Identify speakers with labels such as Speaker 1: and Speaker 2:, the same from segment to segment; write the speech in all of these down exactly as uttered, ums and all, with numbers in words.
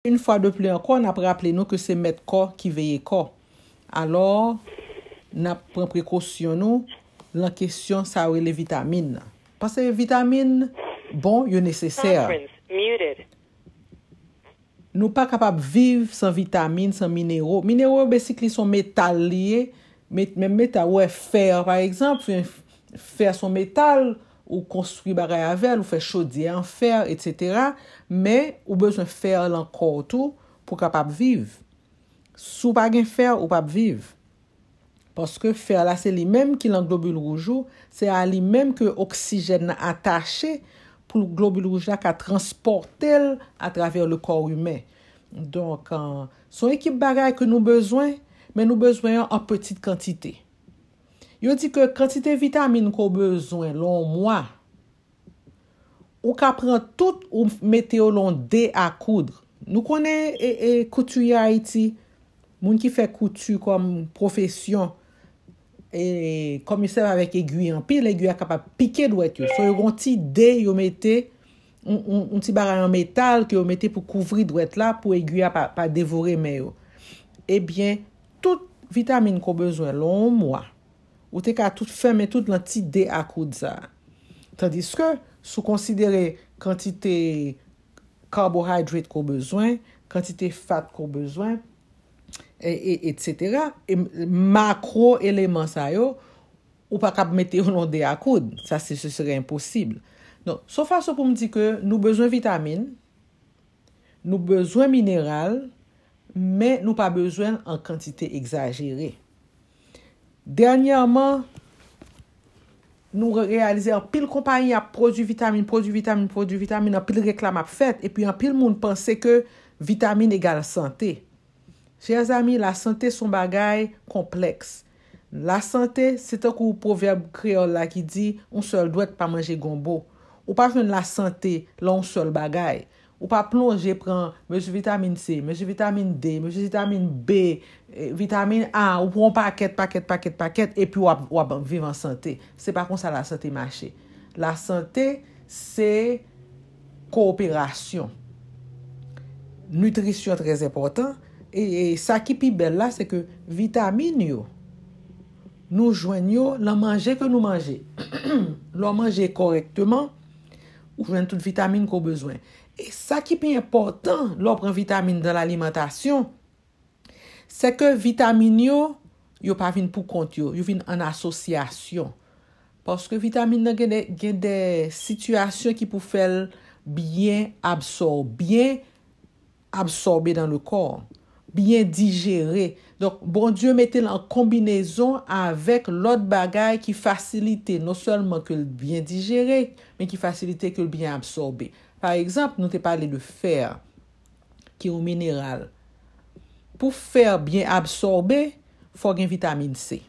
Speaker 1: Une fois de plus encore, on a rappelé nous que c'est mettre corps qui veille corps. Alors, on a pris précaution nous, la question ça les vitamines. Parce que les vitamines, bon, sont nécessaires. Nous pas capables de vivre sans vitamines, sans minéraux. Minéraux, basically, sont métalliers, même métal, ouais, fer, par exemple, fer son métal, ou construit bagay avec, ou fait chaudière en fer, et cetera. Mais, ou besoin de fer encore tout pour capable vivre. Sous pas gen fer, ou pas vivre. Parce que fer là, c'est lui-même qui l'en globule rouge, c'est à lui-même que oxygène attaché pour le globule rouge là qui transporter à travers le corps humain. Donc, euh, son équipe bagay que nous besoin, mais nous besoin en petite quantité. Yo dit que quantité vitamine qu'on besoin long mois ou ka prend tout ou mettez au long dé à coudre. Nous connaît et, et couturier Haïti, moun qui fait couture comme profession et commissaire avec aiguille en pile, l'aiguille est capable piquer douette yo. So yo gon ti dé yo mettez un un petit barre en métal que yo mettez pour couvrir douette là pour aiguille pas pas dévorer mais yo. Eh bien, toute vitamine qu'on besoin long mois ou te ka tout fermer tout l'anti dé à coudre ça. Tandis que sous considérer quantité carbohydrate qu'on besoin, quantité fat qu'on besoin et, et etc. et macro éléments ça yo ou pas cap mettre au long dé à coudre, ça c'est ce serait impossible. Donc, sauf façon pour me dire que nous besoin vitamines, nous besoin minéral, mais nous pas besoin en quantité exagérée. Dernièrement, nous réalisons en pile compagnie a produit vitamine, produit vitamine, produit vitamine, en pile réclame a fait, et puis en pile monde pensait que vitamine égale santé. Chers amis, la santé son bagay complexe. La santé, c'est un coup proverbe créole là qui dit on seul doit pas manger gombo. Ou pas faire la santé, là on seul bagay. Ou pas plonger prend monsieur vitamine C, monsieur vitamine D, monsieur vitamine B, vitamine A, ou prend paquet paquet paquet paquet et puis ou ou vivre en santé. C'est pas comme ça la santé marche. La santé c'est coopération. Nutrition très important et, et ça qui pi belle là c'est que vitamine yo nous joignons la manger que nous manger. L'on manger correctement ou joindre toute vitamine qu'on besoin. Et ça qui est important, l'on prend vitamine dans l'alimentation, c'est que vitamine yo, yo pas vinn pour compte yo, yo vinn en association. Parce que vitamine nan gen des, des situations qui pour faire bien absorber, bien absorber dans le corps, bien digérer. Donc, bon Dieu mettez en combinaison avec l'autre bagaille qui facilite non seulement que le bien digérer, mais qui facilite que le bien absorber. Par exemple, nous te parlé de fer, qui est un minéral. Pour faire bien absorber, il faut une vitamine C.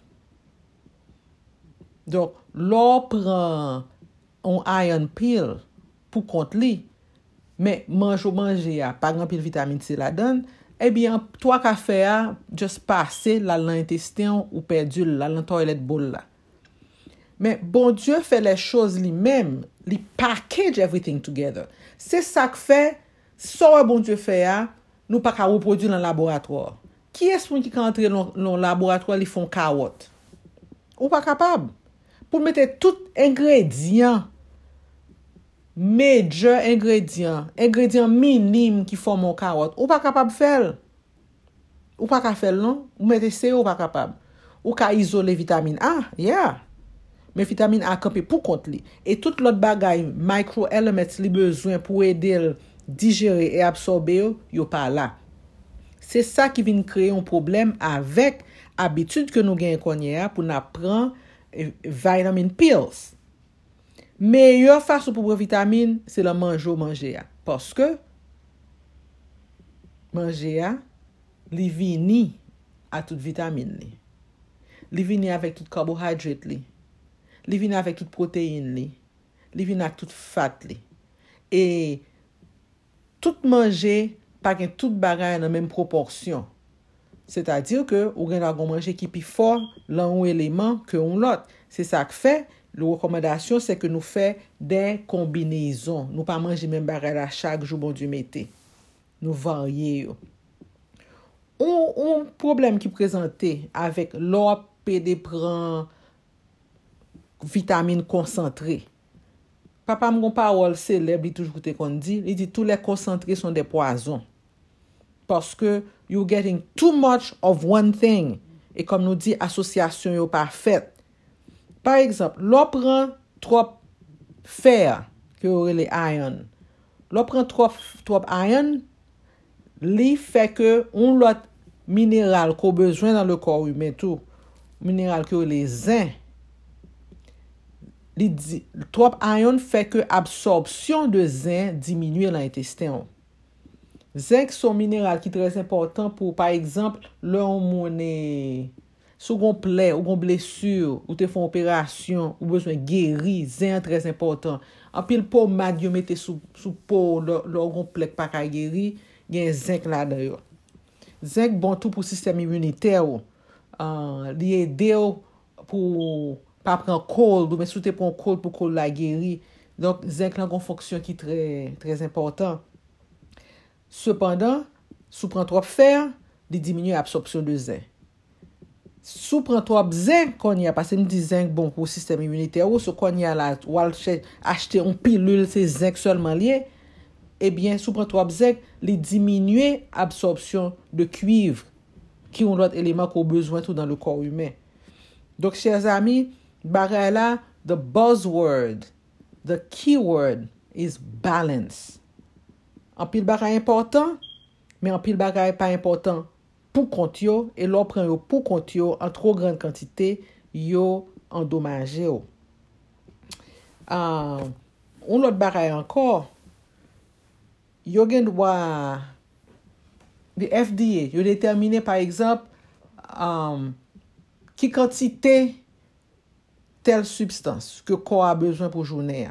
Speaker 1: Donc, l'on prend un iron pill pour contre li, mais mange ou manger, pas grand vitamine C la donne, eh bien, toi qu'a fait, juste passer là l'intestin ou perdu là dans toilette bowl là. Mais bon Dieu fait les choses lui-même, il package everything together. C'est ça que fait, ça bon Dieu fait, nous pas qu'à reproduire dans le laboratoire. Qui est-ce qui quand entrer dans le laboratoire, ils font carotte? Ou pas capable. Pour mettre tout ingrédient, major ingrédient, ingrédient minime qui forment une carotte, ou pas capable de faire. Ou pas capable faire non, ou mettez C ou pas capable. Ou ka isoler vitamine A, yeah. Mais vitamine A campé pour compte li. Et toute l'autre bagaille microéléments li besoin pour aider digérer et absorber yo pas là. C'est ça qui vient créer un problème avec habitude que nous gagne connait pour n'a prendre vitamin pills. Meilleure façon pour prendre vitamine, c'est le manger manger parce que manger li vini à toute vitamine li. Li vini avec toute carbohydrate li. Li vini avec toute protéine li. Li vini avec toute fat li. Et tout manger pas que toute bagaille dans même proportion. C'est-à-dire que ou gen gon manger qui plus fort l'un élément que on l'autre. C'est ça que fait la recommandation c'est que nous fait des combinaisons. Nous pas manger même bagaille à chaque jour bon Dieu mettez. nou varye yo. Un, un problem ki prezante avèk lò pe de pran vitamine konsantre. Papa mgon parol célèbre, li toujou te kon di, li di tous les concentrés sont des poisons. Parce que you're getting too much of one thing. Et comme nous dit, association yo pas faite. Par exemple, l'on prend trop fer, que aurait les iron. L'on prend trop, trop iron, li fait que on l'autre minéral qu'on a besoin dans le corps humain tout, minéral que les zinc, li di, trop iron fait que absorption de zinc diminue dans l'intestin. Zinc son minéral qui est très important pour, par exemple, l'homme est sous gon plaie ou gon blessure ou te font opération ou besoin guéri, zinc très important. En pile pommade yo mette sous sous peau le gon plaie pas ka guéri, gen zinc là dedans. Zinc bon tout pour système immunitaire ou. Euh, li aider pour pas prendre cold ou mais sous te prend cold pour cold la guéri. Donc zinc là gon fonction qui très très important. Cependant, sous prend trop fer, li diminue l'absorption de zinc. Sous prend trop zinc qu'on y a parce que me dit zinc bon pour le système immunitaire ou ce qu'on y a là ou acheter une pilule c'est zinc seulement lié, eh bien sous prend trop zinc, li diminue absorption de cuivre qui ont l'autre élément qu'on a besoin tout dans le corps humain. Donc chers amis, bagay là, the buzzword, the keyword is balance. En pile bagay important, mais en pile bagay pas important pour compte yo, et l'on prend yo pour compte yo en trop grande quantité, yo endommagé yo. Euh, on l'autre bagay encore, yo gen droit, le F D A, yo déterminer par exemple, um, qui quantité telle substance que corps a besoin pour journée.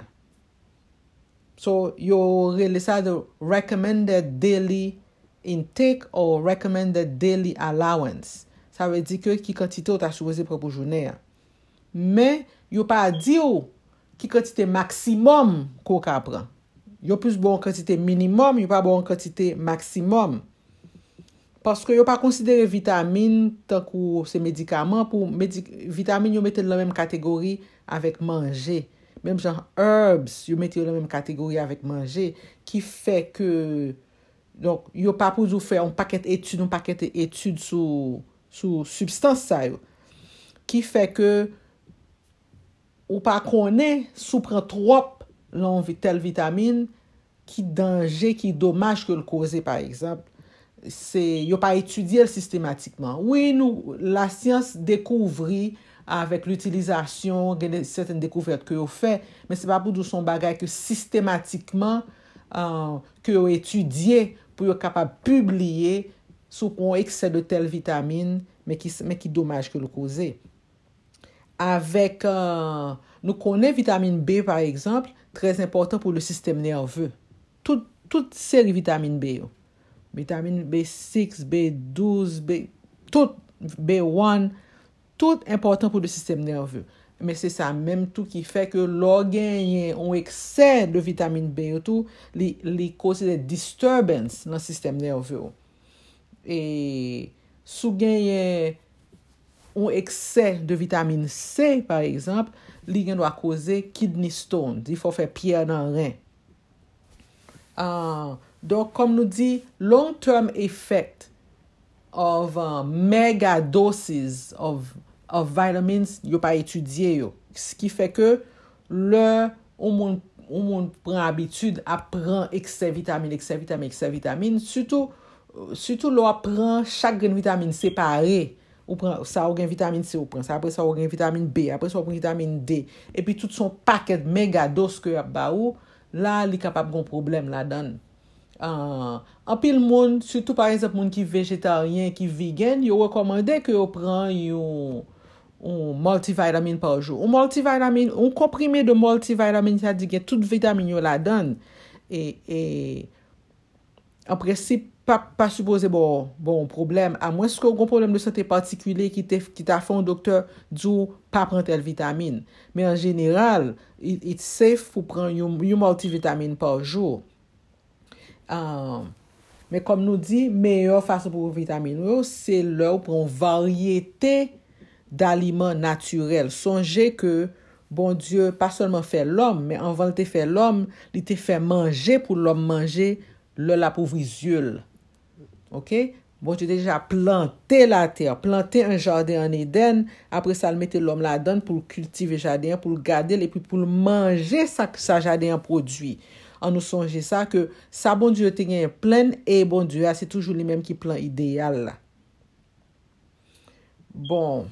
Speaker 1: So, yo relé ça de recommended daily intake or recommended daily allowance. Ça veut dire que qui quantité ou ta supposé pour journée. Mais yo pas dit ou qui quantité maximum qu'on ka prend. Yo plus bon quantité minimum, yo pas bon quantité maximum. Parce que yo pas considérer vitamine tant que ces médicaments pour médic vitamine yo mette dans la même catégorie avec manger. Même genre herbs, yo mette dans la même catégorie avec manger qui fait que donc yo pas pour vous faire un paquet d'études, un paquet d'études sur sur substance ça yo qui fait que ou pas connaît sous prend trop l'envie telle vitamine qui danger, qui dommage que le causer par exemple. C'est yo pas étudié systématiquement. Oui, nous la science découvrit avec l'utilisation de certaines découvertes que yo fait, mais c'est pas pour tout son bagage que systématiquement euh, que yo étudié pour yo capable publier sous un excès de telle vitamine mais qui mais qui dommage que le causer. Avec euh, nous connaissons vitamine B par exemple, très important pour le système nerveux. Toute toute série vitamine B yo. Vitamine B six, B douze, B, tout, B un, tout important pour le système nerveux. Mais c'est ça même tout qui fait que l'organe un excès de vitamine B tout, li, li cause des disturbances dans le système nerveux. Et sous gagne un excès de vitamine C par exemple, li doit causer kidney stone, il faut faire pierre dans le rein. Uh, donc, comme nous dit, long-term effect of uh, mega doses of, of vitamins, yo pas étudié yo. Ce qui fait que le, on monde, on monde prend habitude à prendre excès vitamine, excès vitamine, excès vitamine, surtout, surtout l'on prend chaque grain vitamine séparé. Ou prend ça ou gain vitamine C ou prend ça après ça ou gain vitamine B, après ça ou prend vitamine D et puis tout son paquet de méga doses que a ba ou là li capable gon problème là-dedans. Euh, en pile monde, surtout par exemple monde qui végétarien, qui vegan, yo recommandé que yo prend yon un multivitamine par jour. Un multivitamine, un comprimé de multivitamine, ça dit que toute vitamine yo là-dedans et et en principe pas pas supposé bon bon problème à moins que un problème de santé particulier qui t'a qui t'a fait un docteur dit pas prendre telle vitamine, mais en général it, it's safe pour prendre une multivitamine par jour. Um, Mais comme nous dit, meilleure façon pour vitamine, c'est leur pour une variété d'aliments naturels. Songez que bon Dieu, pas seulement fait l'homme, mais avant de faire l'homme, il te fait manger pour l'homme manger le la pauvre yeux. OK? Bon Dieu déjà planté la terre, planté un jardin en Éden, après ça, il mettait l'homme là-dedans pour cultiver le jardin, pour le garder et puis pour le manger ça que sa jardin produit. On nous songe ça que ça bon Dieu te gagne plein et bon Dieu, c'est toujours lui même qui plan idéal là. Bon.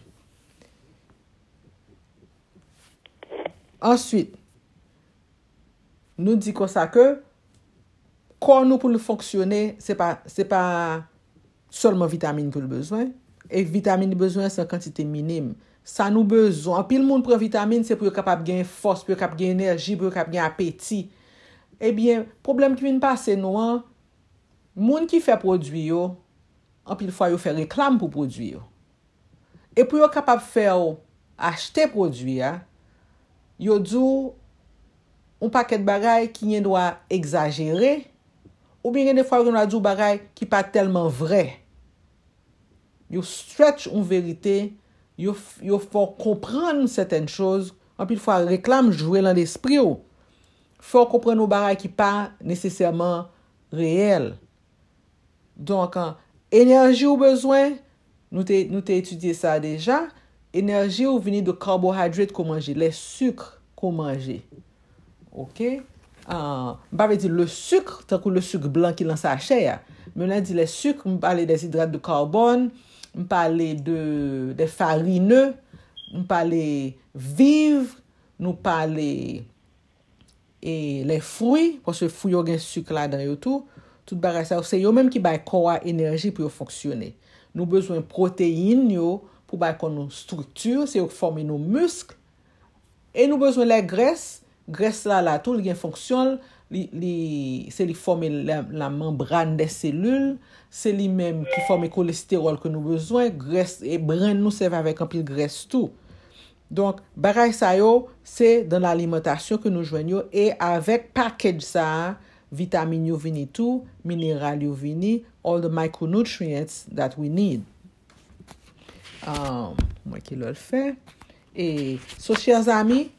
Speaker 1: Ensuite, nous dit comme ça que corps nous pour le fonctionner, c'est pas c'est pas seulement vitamine pour le besoin et vitamine besoin c'est en quantité minime. Ça nous besoin. Puis le monde prend vitamine c'est pour être capable de gagner force, pour être capable de gagner énergie, pour être capable de gagner appétit. Eh bien, problème qui vient passer nous, hein, monde qui fait produit yo, en pile fois yo fait réclame pour produit yo. Et pour être capable de faire acheter produit hein, yo dou un paquet de bagaille qui ne doit exagérer ou bien des fois on a dit bagaille qui pas tellement vrai. Yo stretch une vérité, yo yo faut comprendre certaines choses, en pile fois réclame jouer dans l'esprit yo. Faut comprendre nos bagaille qui pas nécessairement réel. Donc en énergie ou besoin, nous t'ai nous t'ai étudié ça déjà. Énergie ou venir de carbohydrates qu'on manger, les sucres qu'on manger. OK? Euh, pas veut dire le sucre, tant que le sucre blanc qui dans sachet. Mais on a dit les sucres, on parle des hydrates de carbone, on parle de des farineux, on parle vivre, nous parle et les fruits parce que les fruits ont un sucre là-dedans et tout. Tout bagage ça c'est eux même qui bail corps énergie pour fonctionner. Nous besoin protéines yo pour bail nos structure, c'est pour former nos muscles. Et nous besoin les graisses, graisse là là tout le fonction, li, li c'est li former la, la membrane des cellules, c'est lui même qui forme le cholestérol que nous besoin, graisse et brin nous servent avec un peu de graisse tout. Donc bagay ça yo, c'est dans l'alimentation que nous joignons et avec package ça, vitamines yo vini tout, minéral yo vini, all the micronutrients that we need. Um, moi qui le fait. Et so chers amis,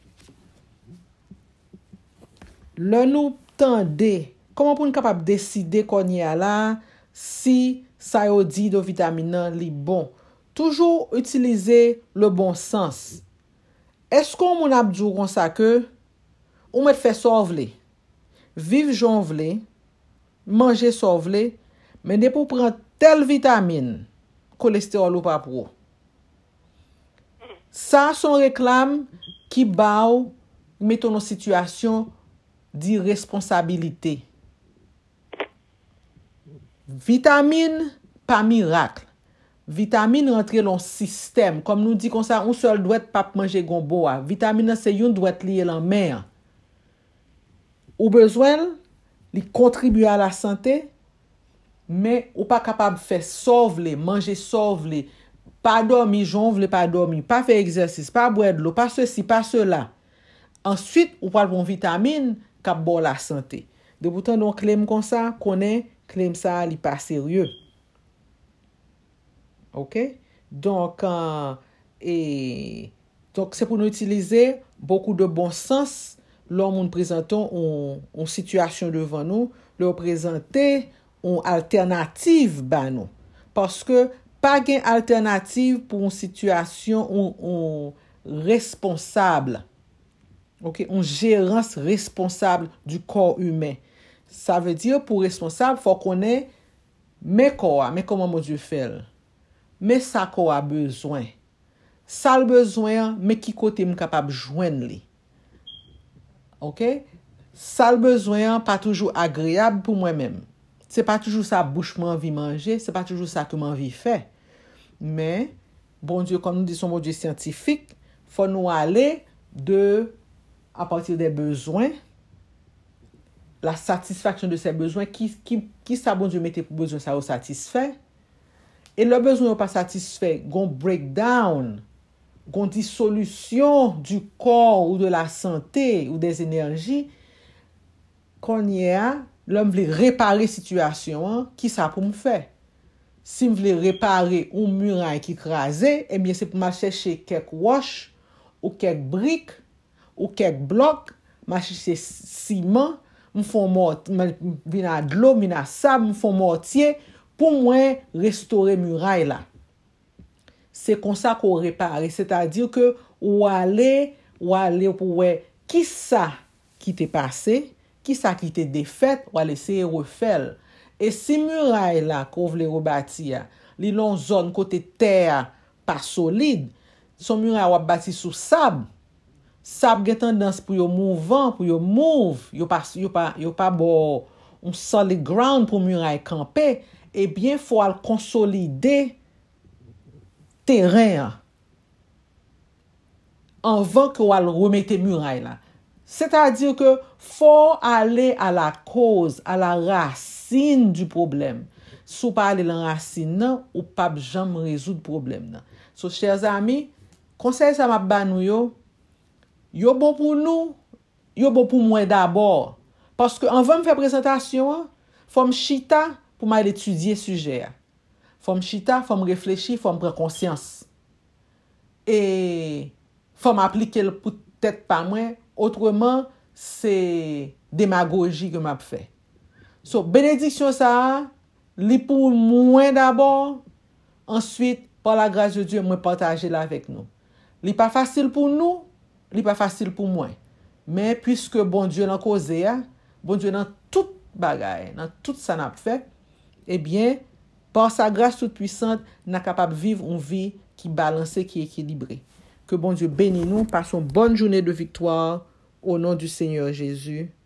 Speaker 1: le nous tendez, comment pour nous capable décider qu'on y a là si ça yo dit de vitamine li bon. Toujours utiliser le bon sens. Est-ce qu'on moun ap djou kon ça que ou met fait sauver, vivre jonvle, manger sauver, mais ne pour prendre telle vitamine, cholestérol ou pas pour. Ça son réclame qui bao mettons en situation d'irresponsabilité. Vitamine pas miracle. Vitamine rentre dans le système. Comme nous dit comme ça, on seul doit pas manger gombo. Vitamine c'est une doit lier la mer. Ou besoin, il contribue à la santé, mais ou pas capable de faire sauver, manger sauver, pas dormir, jonvler, pas dormir, pas faire exercice, pas boire de l'eau, pas ceci, pas cela. Ensuite, ou pas bon vitamine qui bon la santé. De pourtant donc claim comme ça, connaît claim ça, il pas sérieux. OK? Donc, euh, et, donc c'est pour nous utiliser beaucoup de bon sens lorsque nous présentons une situation devant nous, leur présenter une alternative bah nous. Parce que pas gain alternative pour une situation on, on responsable. OK? Une gérance responsable du corps humain. Ça veut dire pour responsable, faut qu'on ait mes corps, mais comment mon Dieu fait? Mais ça qu'on a besoin. Ça le besoin, mais qui côté m capable joindre li. OK? Ça le besoin pas toujours agréable pour moi-même. C'est pas toujours ça bouche m'envie manger, c'est pas toujours ça que m'envie faire. Mais bon Dieu comme nous dit son bon Dieu scientifique, faut nous aller de à partir des besoins, la satisfaction de ces besoins qui qui qui ça bon Dieu mettait pour besoin ça au satisfait. Et le besoin n'est pas satisfait, gon breakdown, gon dissolution du corps ou de la santé ou des énergies, qu'on y a, l'homme veut réparer situation, qui ça pour me faire? Si je veux réparer un muraille qui crasé, eh bien c'est pour me chercher quelques roches ou quelques briques ou quelques blocs, me chercher ciment, me font mortier, me de l'eau, me sable, me font mortier pour moi restaurer muraille là. C'est comme ça qu'on répare, c'est-à-dire que ou aller ou aller pour ouais, qui ça qui t'est passé, qui ça qui t'est défait, ou aller essayer refaire. Et si muraille là qu'on veut rebâtir, li long zone côté terre pas solide, son muraille ou bâti sous sable. Sable gen tendance pour yo mouvant, pour yo move, yo pas yo pas yo pas bon un solid ground pour muraille camper, et bien faut al consolider terrain avant que ou al remettre muraille là. C'est-à-dire que faut aller à la cause, à la racine du problème. Si pas aller dans la racine nan, ou pas jamais résoudre problème nan. So chers amis, conseil ça m'a ba nou yo, yo bon pour nous, yo bon pour moi d'abord. Parce que avant de faire présentation, faut me chita pour m'aller étudier sujet. Faut me chita, faut me réfléchir, faut me prendre conscience. Et faut m'appliquer le peut-être pas moi, autrement c'est démagogie que m'a fait. So bénédiction ça, li pour moi d'abord, ensuite par la grâce de Dieu, moi partager là avec nous. Li pas facile pour nous, li pas facile pour moi. Mais puisque bon Dieu l'a causé, bon Dieu dans toute bagaille, dans tout ça n'a fait, eh bien, par sa grâce toute puissante, n'a capable de vivre une vie qui balancée, qui est équilibrée. Que bon Dieu bénisse nous, passons bonne journée de victoire au nom du Seigneur Jésus.